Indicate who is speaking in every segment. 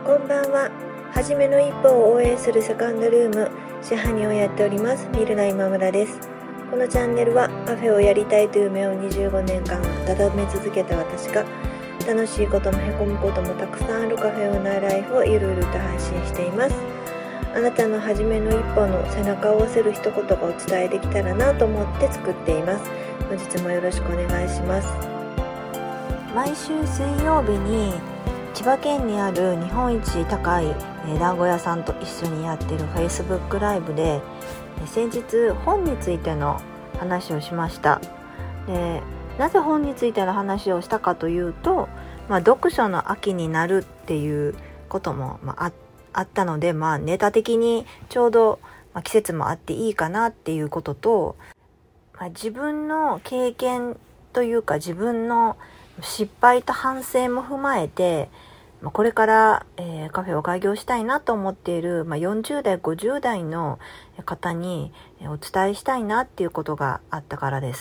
Speaker 1: こんばんは。はじめの一歩を応援するセカンドルーム支配人をやっておりますミルナ今村です。このチャンネルはカフェをやりたいという夢を25年間温め続けた私が楽しいこともへこむこともたくさんあるカフェオーナーライフをゆるゆると配信しています。あなたのはじめの一歩の背中を押せる一言がお伝えできたらなと思って作っています。本日もよろしくお願いします。毎週水曜日に千葉県にある日本一高い団子屋さんと一緒にやっている Facebook ライブで先日本についての話をしました。で、なぜ本についての話をしたかというと、読書の秋になるっていうことも、あったので、ネタ的にちょうど、季節もあっていいかなっていうことと、自分の経験というか自分の失敗と反省も踏まえてこれから、カフェを開業したいなと思っている、40代50代の方にお伝えしたいなっていうことがあったからです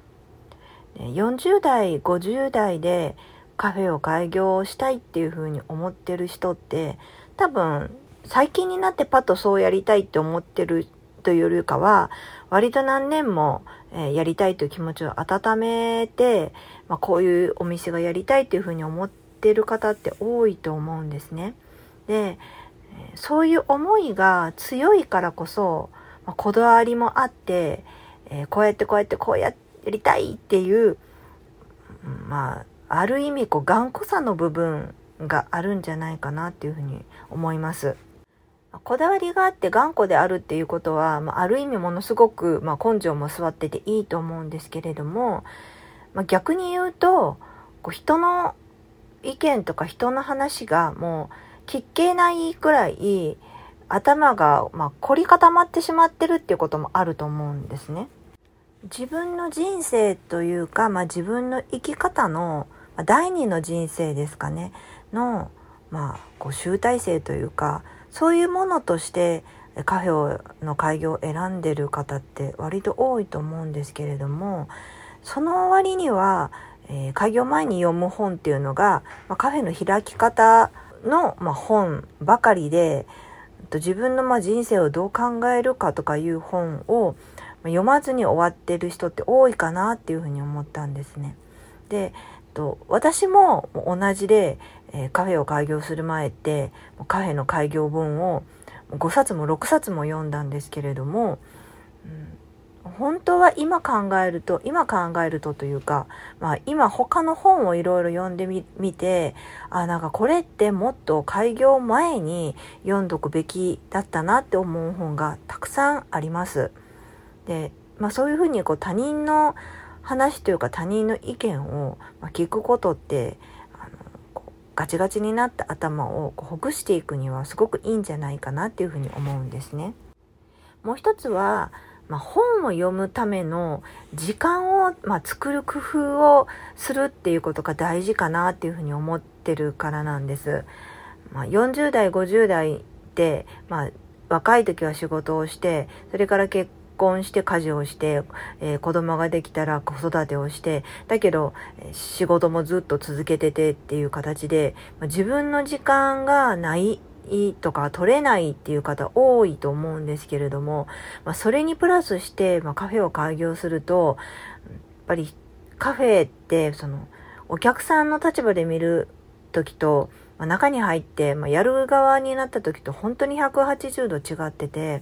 Speaker 1: 。40代50代でカフェを開業したいっていうふうに思ってる人って多分最近になってパッとそうやりたいって思ってるというよりかは割と何年もやりたいという気持ちを温めて、こういうお店がやりたいというふうに思っている方って多いと思うんですね。で、そういう思いが強いからこそ、こだわりもあって、こうやってやりたいっていう、ある意味頑固さの部分があるんじゃないかなっていうふうに思います。こだわりがあって頑固であるっていうことは、ある意味ものすごく、根性も座ってていいと思うんですけれども、逆に言うと人の意見とか人の話がもう聞けないくらい頭が凝り固まってしまってるっていうこともあると思うんですね。自分の人生というか、自分の生き方の、第二の人生ですかねの、集大成というかそういうものとしてカフェの開業を選んでる方って割と多いと思うんですけれども、その割には、開業前に読む本っていうのが、カフェの開き方の、本ばかりで自分の人生をどう考えるかとかいう本を読まずに終わってる人って多いかなっていうふうに思ったんですね。で、私も同じで、カフェを開業する前ってカフェの開業本を5冊も6冊も読んだんですけれども、本当は今考えるとというか、今他の本をいろいろ読んでみて、これってもっと開業前に読んどくべきだったなって思う本がたくさんあります。で、そういうふうに他人の話というか他人の意見を聞くことってガチガチになった頭をほぐしていくにはすごくいいんじゃないかなっていうふうに思うんですね。もう一つは、本を読むための時間を、作る工夫をするっていうことが大事かなっていうふうに思ってるからなんです。40代50代って、若い時は仕事をしてそれから結婚して家事をして、子供ができたら子育てをしてだけど仕事もずっと続けててっていう形で、自分の時間がないとか取れないっていう方多いと思うんですけれども、それにプラスして、カフェを開業するとやっぱりカフェってお客さんの立場で見る時と、中に入って、やる側になった時と本当に180度違ってて、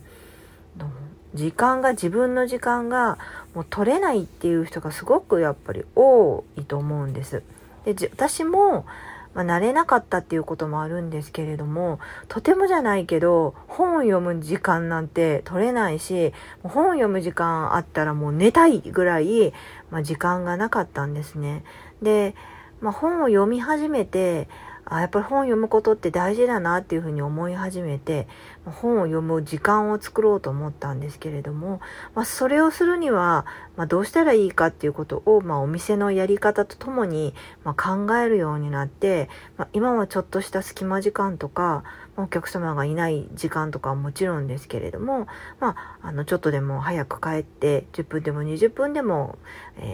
Speaker 1: 自分の時間がもう取れないっていう人がすごくやっぱり多いと思うんです。で、私も慣れなかったっていうこともあるんですけれども、とてもじゃないけど本を読む時間なんて取れないし、本を読む時間あったらもう寝たいぐらい、時間がなかったんですね。で、本を読み始めてやっぱり本を読むことって大事だなっていうふうに思い始めて、本を読む時間を作ろうと思ったんですけれども、それをするには、どうしたらいいかっていうことを、お店のやり方とともに、考えるようになって、今はちょっとした隙間時間とか、お客様がいない時間とかはもちろんですけれども、ちょっとでも早く帰って10分でも20分でも、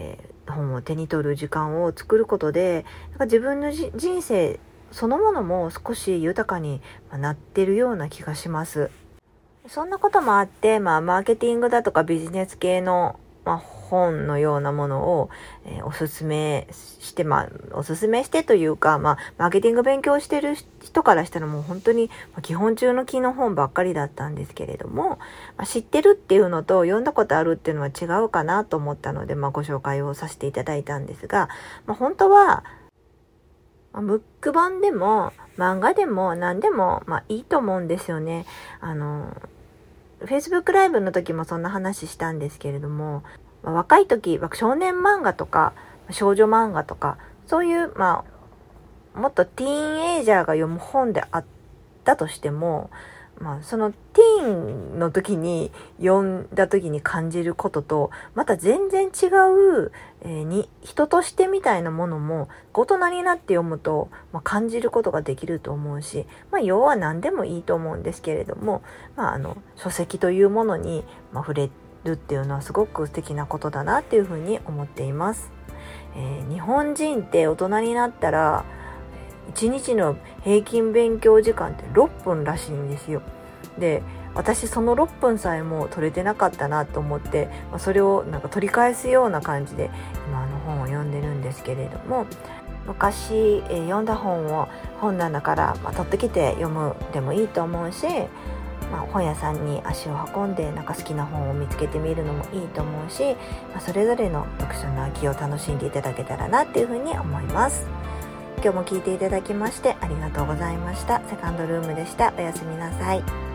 Speaker 1: 本を手に取る時間を作ることで、なんか自分の人生そのものも少し豊かになってるような気がします。そんなこともあって、マーケティングだとかビジネス系の、本のようなものを、おすすめして、おすすめしてというか、マーケティング勉強してる人からしたらもう本当に基本中の基の本ばっかりだったんですけれども、知ってるっていうのと読んだことあるっていうのは違うかなと思ったので、ご紹介をさせていただいたんですが、本当は、ムック本でも漫画でも何でも、いいと思うんですよね。Facebook ライブの時もそんな話したんですけれども、若い時、少年漫画とか少女漫画とか、そういう、もっとティーンエイジャーが読む本であったとしても、そのティーンの時に読んだ時に感じることと、また全然違う、人としてみたいなものも大人になって読むと、感じることができると思うし、要は何でもいいと思うんですけれども、書籍というものに、触れるっていうのはすごく素敵なことだなっていうふうに思っています。日本人って大人になったら1日の平均勉強時間って6分らしいんですよ。で、私その6分さえも取れてなかったなと思って、それをなんか取り返すような感じで今本を読んでるんですけれども、昔、読んだ本を本棚から、取ってきて読むでもいいと思うし、本屋さんに足を運んでなんか好きな本を見つけてみるのもいいと思うし、それぞれの読書の秋を楽しんでいただけたらなっていうふうに思います。今日も聞いていただきましてありがとうございました。セカンドルームでした。おやすみなさい。